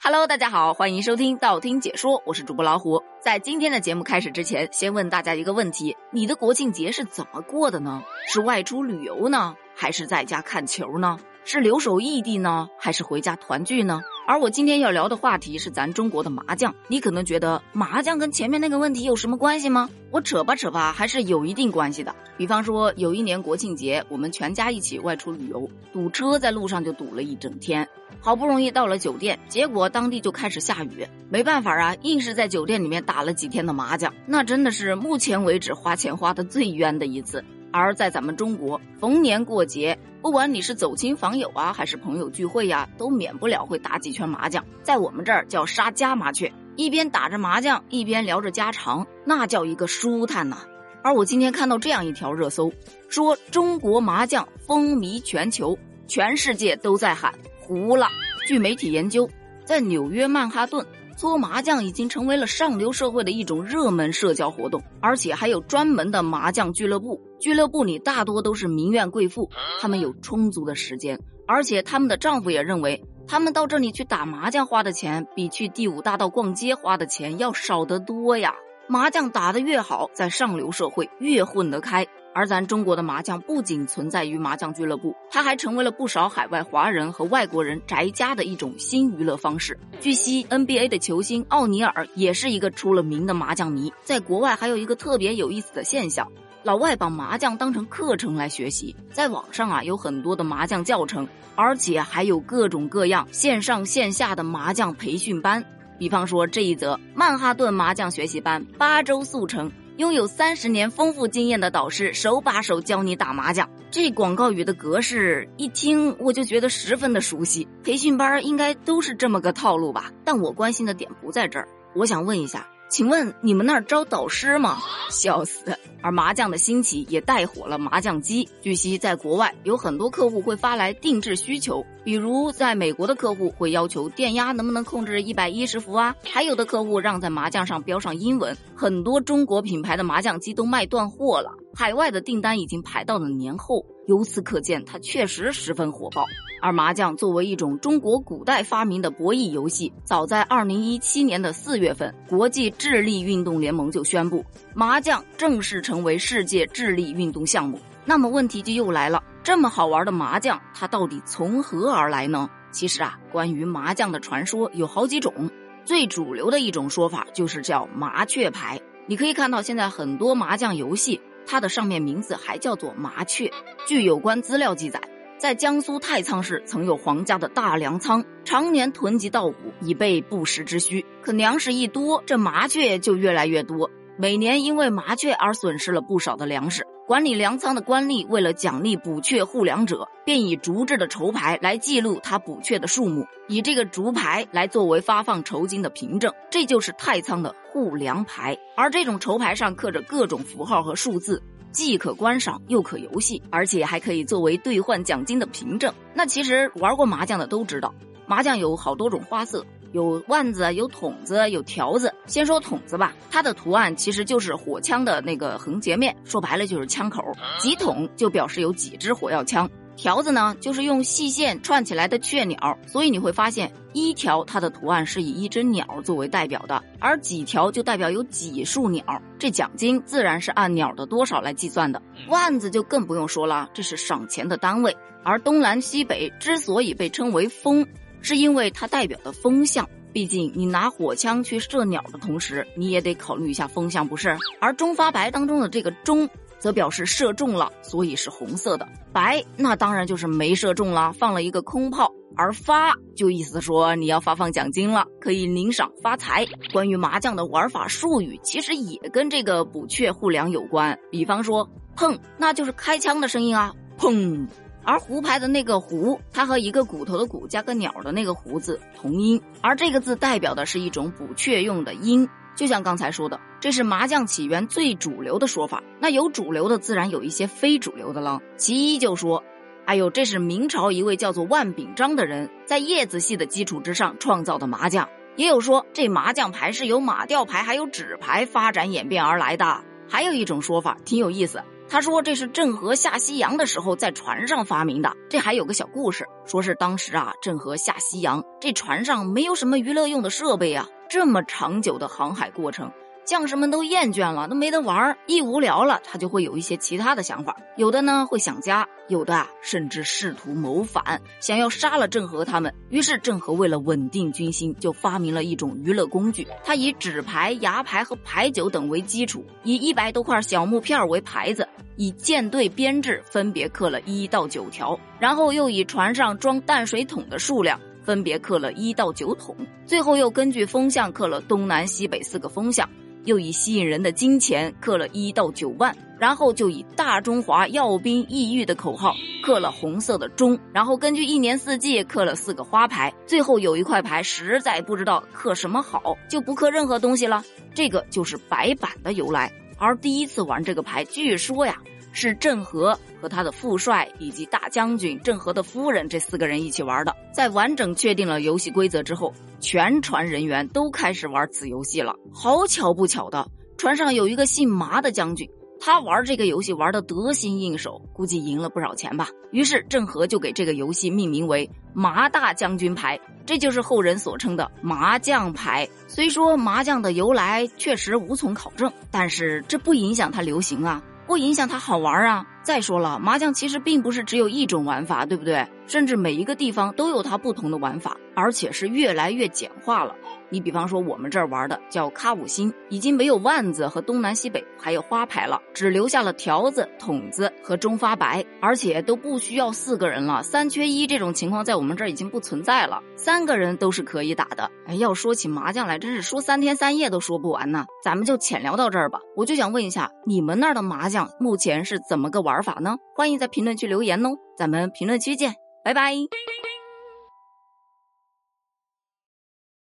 Hello， 大家好，欢迎收听道听解说，我是主播老虎。在今天的节目开始之前，先问大家一个问题：你的国庆节是怎么过的呢？是外出旅游呢，还是在家看球呢？是留守异地呢，还是回家团聚呢？而我今天要聊的话题是咱中国的麻将。你可能觉得麻将跟前面那个问题有什么关系吗？我扯吧，还是有一定关系的。比方说有一年国庆节，我们全家一起外出旅游，堵车在路上就堵了一整天，好不容易到了酒店，结果当地就开始下雨，没办法啊，硬是在酒店里面打了几天的麻将，那真的是目前为止花钱花的最冤的一次。而在咱们中国，逢年过节，不管你是走亲访友啊，还是朋友聚会呀，都免不了会打几圈麻将，在我们这儿叫杀家麻雀，一边打着麻将，一边聊着家常，那叫一个舒坦呐。而我今天看到这样一条热搜，说中国麻将风靡全球，全世界都在喊胡了。据媒体研究，在纽约曼哈顿，搓麻将已经成为了上流社会的一种热门社交活动，而且还有专门的麻将俱乐部。俱乐部里大多都是名媛贵妇，他们有充足的时间，而且他们的丈夫也认为，他们到这里去打麻将花的钱，比去第五大道逛街花的钱要少得多呀。麻将打得越好，在上流社会越混得开。而咱中国的麻将不仅存在于麻将俱乐部，它还成为了不少海外华人和外国人宅家的一种新娱乐方式。据悉 NBA 的球星奥尼尔也是一个出了名的麻将迷。在国外还有一个特别有意思的现象，老外把麻将当成课程来学习，在网上啊有很多的麻将教程，而且还有各种各样线上线下的麻将培训班。比方说这一则曼哈顿麻将学习班8周速成，拥有30年丰富经验的导师手把手教你打麻将。这广告语的格式一听我就觉得十分的熟悉，培训班应该都是这么个套路吧。但我关心的点不在这儿，我想问一下，请问你们那儿招导师吗？笑死。而麻将的兴起也带火了麻将机。据悉在国外有很多客户会发来定制需求，比如在美国的客户会要求电压能不能控制110伏啊，还有的客户让在麻将上标上英文。很多中国品牌的麻将机都卖断货了，海外的订单已经排到了年后，由此可见它确实十分火爆。而麻将作为一种中国古代发明的博弈游戏，早在2017年的4月份，国际智力运动联盟就宣布麻将正式成为世界智力运动项目。那么问题就又来了，这么好玩的麻将它到底从何而来呢？其实啊，关于麻将的传说有好几种，最主流的一种说法就是叫麻雀牌。你可以看到现在很多麻将游戏它的上面名字还叫做麻雀。据有关资料记载，在江苏太仓市曾有皇家的大粮仓，常年囤积稻谷以备不时之需，可粮食一多，这麻雀就越来越多，每年因为麻雀而损失了不少的粮食。管理粮仓的官吏为了奖励捕雀护粮者，便以竹制的筹牌来记录他捕雀的数目，以这个竹牌来作为发放酬金的凭证，这就是太仓的护粮牌。而这种筹牌上刻着各种符号和数字，既可观赏又可游戏，而且还可以作为兑换奖金的凭证。那其实玩过麻将的都知道，麻将有好多种花色，有腕子，有筒子，有条子。先说筒子吧，它的图案其实就是火枪的那个横截面，说白了就是枪口。几筒就表示有几支火药枪，条子呢就是用细线串起来的雀鸟，所以你会发现一条它的图案是以一只鸟作为代表的，而几条就代表有几束鸟，这奖金自然是按鸟的多少来计算的。腕子就更不用说了，这是赏钱的单位。而东南西北之所以被称为风，是因为它代表的风向，毕竟你拿火枪去射鸟的同时，你也得考虑一下风向，不是？而中发白当中的这个中则表示射中了，所以是红色的。白那当然就是没射中了，放了一个空炮。而发就意思说你要发放奖金了，可以领赏发财。关于麻将的玩法术语其实也跟这个捕雀护粮有关，比方说碰，那就是开枪的声音啊，砰。而胡牌的那个胡，它和一个骨头的骨加个鸟的那个胡字同音，而这个字代表的是一种捕雀用的鹰。就像刚才说的，这是麻将起源最主流的说法。那有主流的，自然有一些非主流的了。其一就说，哎呦，这是明朝一位叫做万秉章的人在叶子戏的基础之上创造的麻将。也有说这麻将牌是由马吊牌还有纸牌发展演变而来的。还有一种说法挺有意思， 他说这是郑和下西洋的时候在船上发明的。这还有个小故事，说是当时郑和下西洋，这船上没有什么娱乐用的设备这么长久的航海过程，将士们都厌倦了，都没得玩，一无聊了他就会有一些其他的想法，有的呢会想家，有的甚至试图谋反，想要杀了郑和他们。于是郑和为了稳定军心，就发明了一种娱乐工具，他以纸牌、牙牌和牌九等为基础，以100多块小木片为牌子，以舰队编制分别刻了1到9条，然后又以船上装淡水桶的数量分别刻了1到9桶，最后又根据风向刻了东南西北4个风向，又以吸引人的金钱刻了1到9万，然后就以大中华耀兵抑郁的口号刻了红色的钟，然后根据1年4季刻了4个花牌，最后有一块牌实在不知道刻什么好，就不刻任何东西了。这个就是白板的由来。而第一次玩这个牌，据说是郑和和他的副帅以及大将军郑和的夫人这4个人一起玩的。在完整确定了游戏规则之后，全船人员都开始玩此游戏了。好巧不巧的，船上有一个姓麻的将军，他玩这个游戏玩得得心应手，估计赢了不少钱吧。于是郑和就给这个游戏命名为麻大将军牌，这就是后人所称的麻将牌。虽说麻将的由来确实无从考证，但是这不影响它流行不影响它好玩再说了，麻将其实并不是只有一种玩法，对不对？甚至每一个地方都有它不同的玩法，而且是越来越简化了。你比方说我们这儿玩的叫咖五星，已经没有万字和东南西北还有花牌了，只留下了条子、筒子和中发白，而且都不需要4个人了，3缺1这种情况在我们这儿已经不存在了，3个人都是可以打的。要说起麻将来，真是说3天3夜都说不完呢。咱们就浅聊到这儿吧。我就想问一下，你们那儿的麻将目前是怎么个玩法呢？欢迎在评论区留言咱们评论区见，拜拜。